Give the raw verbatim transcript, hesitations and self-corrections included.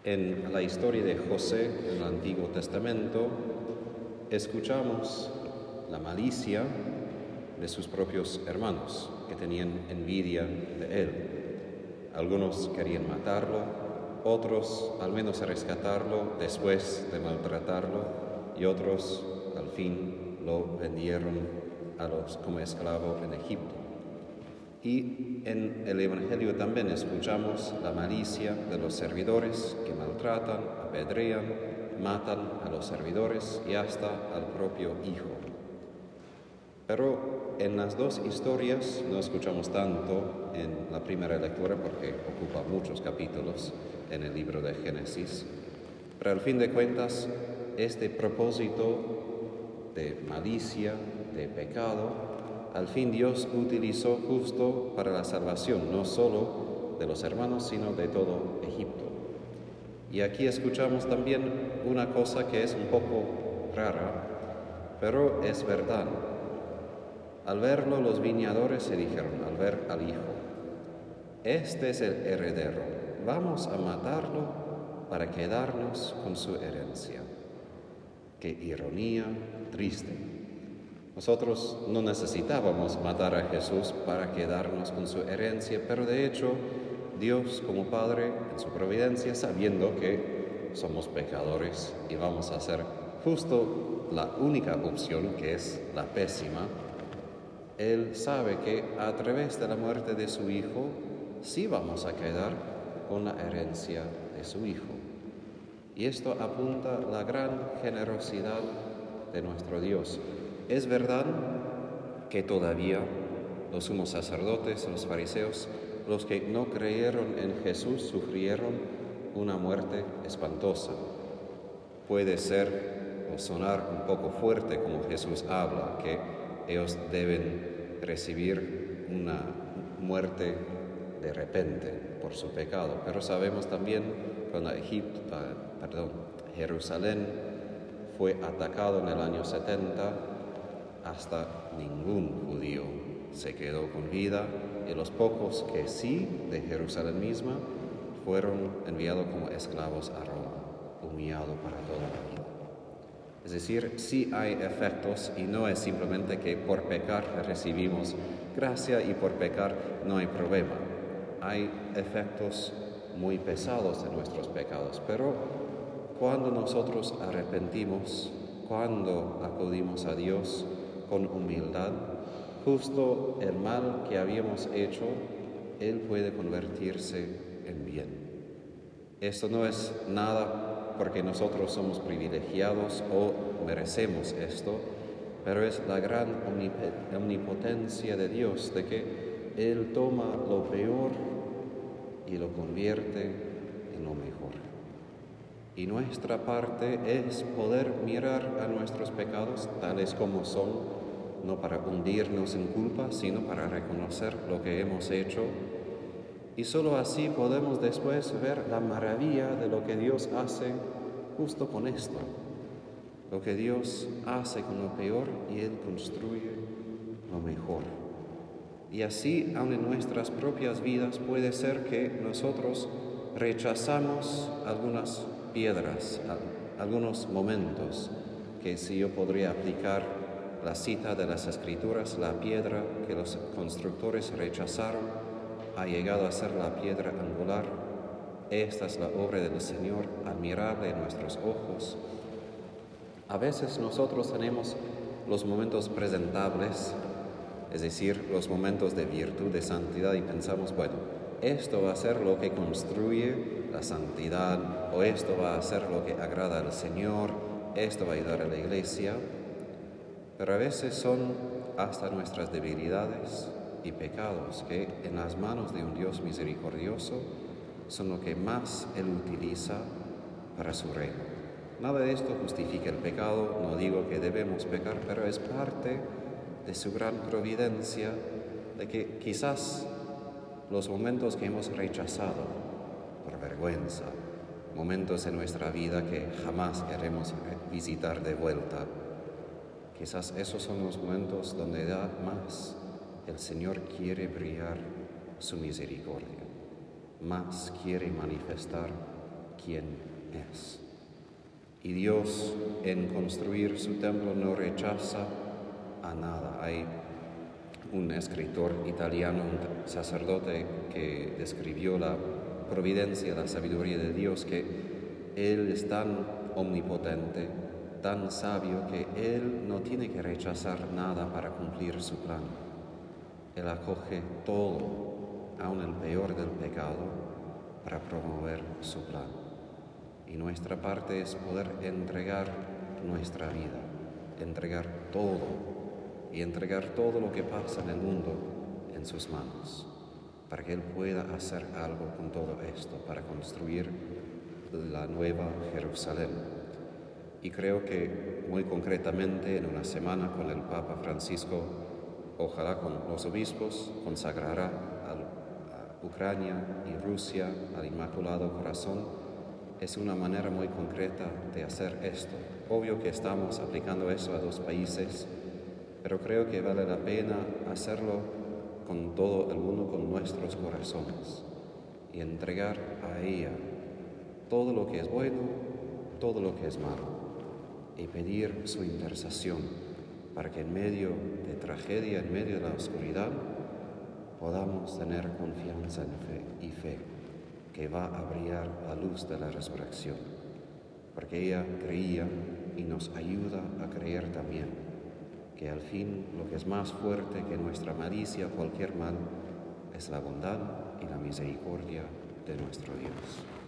En la historia de José en el Antiguo Testamento escuchamos la malicia de sus propios hermanos, que tenían envidia de él. Algunos querían matarlo, otros al menos rescatarlo después de maltratarlo, y otros al fin lo vendieron a los, como esclavo en Egipto. Y en el Evangelio también escuchamos la malicia de los servidores que maltratan, apedrean, matan a los servidores y hasta al propio hijo. Pero en las dos historias no escuchamos tanto en la primera lectura porque ocupa muchos capítulos en el libro de Génesis. Pero al fin de cuentas, este propósito de malicia, de pecado, al fin Dios utilizó justo para la salvación, no solo de los hermanos, sino de todo Egipto. Y aquí escuchamos también una cosa que es un poco rara, pero es verdad. Al verlo, los viñadores se dijeron, al ver al hijo, este es el heredero, vamos a matarlo para quedarnos con su herencia. Qué ironía triste. Nosotros no necesitábamos matar a Jesús para quedarnos con su herencia, pero de hecho, Dios como Padre, en su providencia, sabiendo que somos pecadores y vamos a hacer justo la única opción, que es la pésima, Él sabe que a través de la muerte de su Hijo, sí vamos a quedar con la herencia de su Hijo. Y esto apunta a la gran generosidad de nuestro Dios. Es verdad que todavía los sumos sacerdotes, los fariseos, los que no creyeron en Jesús, sufrieron una muerte espantosa. Puede ser o sonar un poco fuerte como Jesús habla, que ellos deben recibir una muerte de repente por su pecado. Pero sabemos también cuando Egipto, perdón, Jerusalén fue atacado en el año setenta, hasta ningún judío se quedó con vida, y los pocos que sí, de Jerusalén misma, fueron enviados como esclavos a Roma, humillados para toda la vida. Es decir, sí hay efectos, y no es simplemente que por pecar recibimos gracia y por pecar no hay problema. Hay efectos muy pesados de nuestros pecados, pero cuando nosotros arrepentimos, cuando acudimos a Dios con humildad, justo el mal que habíamos hecho, Él puede convertirse en bien. Esto no es nada porque nosotros somos privilegiados o merecemos esto, pero es la gran omnipotencia de Dios, de que Él toma lo peor y lo convierte en lo mejor. Y nuestra parte es poder mirar a nuestros pecados tales como son, no para hundirnos en culpa, sino para reconocer lo que hemos hecho. Y solo así podemos después ver la maravilla de lo que Dios hace justo con esto. Lo que Dios hace con lo peor y Él construye lo mejor. Y así, aun en nuestras propias vidas, puede ser que nosotros rechazamos algunas piedras, algunos momentos, que si yo podría aplicar la cita de las Escrituras, la piedra que los constructores rechazaron ha llegado a ser la piedra angular. Esta es la obra del Señor, admirable en nuestros ojos. A veces nosotros tenemos los momentos presentables, es decir, los momentos de virtud, de santidad, y pensamos, bueno, esto va a ser lo que construye la santidad, o esto va a ser lo que agrada al Señor, esto va a ayudar a la iglesia. Pero a veces son hasta nuestras debilidades y pecados que en las manos de un Dios misericordioso son lo que más Él utiliza para su reino. Nada de esto justifica el pecado, no digo que debemos pecar, pero es parte de su gran providencia, de que quizás los momentos que hemos rechazado por vergüenza, momentos en nuestra vida que jamás queremos visitar de vuelta, quizás esos son los momentos donde da más el Señor quiere brillar su misericordia, más quiere manifestar quién es. Y Dios, en construir su templo, no rechaza a nada. Hay un escritor italiano, un sacerdote, que describió la providencia, la sabiduría de Dios, que Él es tan omnipotente, tan sabio, que Él no tiene que rechazar nada para cumplir su plan. Él acoge todo, aun el peor del pecado, para promover su plan. Y nuestra parte es poder entregar nuestra vida, entregar todo, y entregar todo lo que pasa en el mundo en sus manos, para que Él pueda hacer algo con todo esto, para construir la nueva Jerusalén. Y creo que muy concretamente en una semana con el Papa Francisco, ojalá con los obispos, consagrará a Ucrania y Rusia al Inmaculado Corazón. Es una manera muy concreta de hacer esto. Obvio que estamos aplicando eso a dos países, pero creo que vale la pena hacerlo con todo el mundo, con nuestros corazones, y entregar a ella todo lo que es bueno, todo lo que es malo, y pedir su intercesión para que en medio de tragedia, en medio de la oscuridad, podamos tener confianza en fe y fe que va a brillar la luz de la resurrección, porque ella creía y nos ayuda a creer también que al fin lo que es más fuerte que nuestra malicia o cualquier mal es la bondad y la misericordia de nuestro Dios.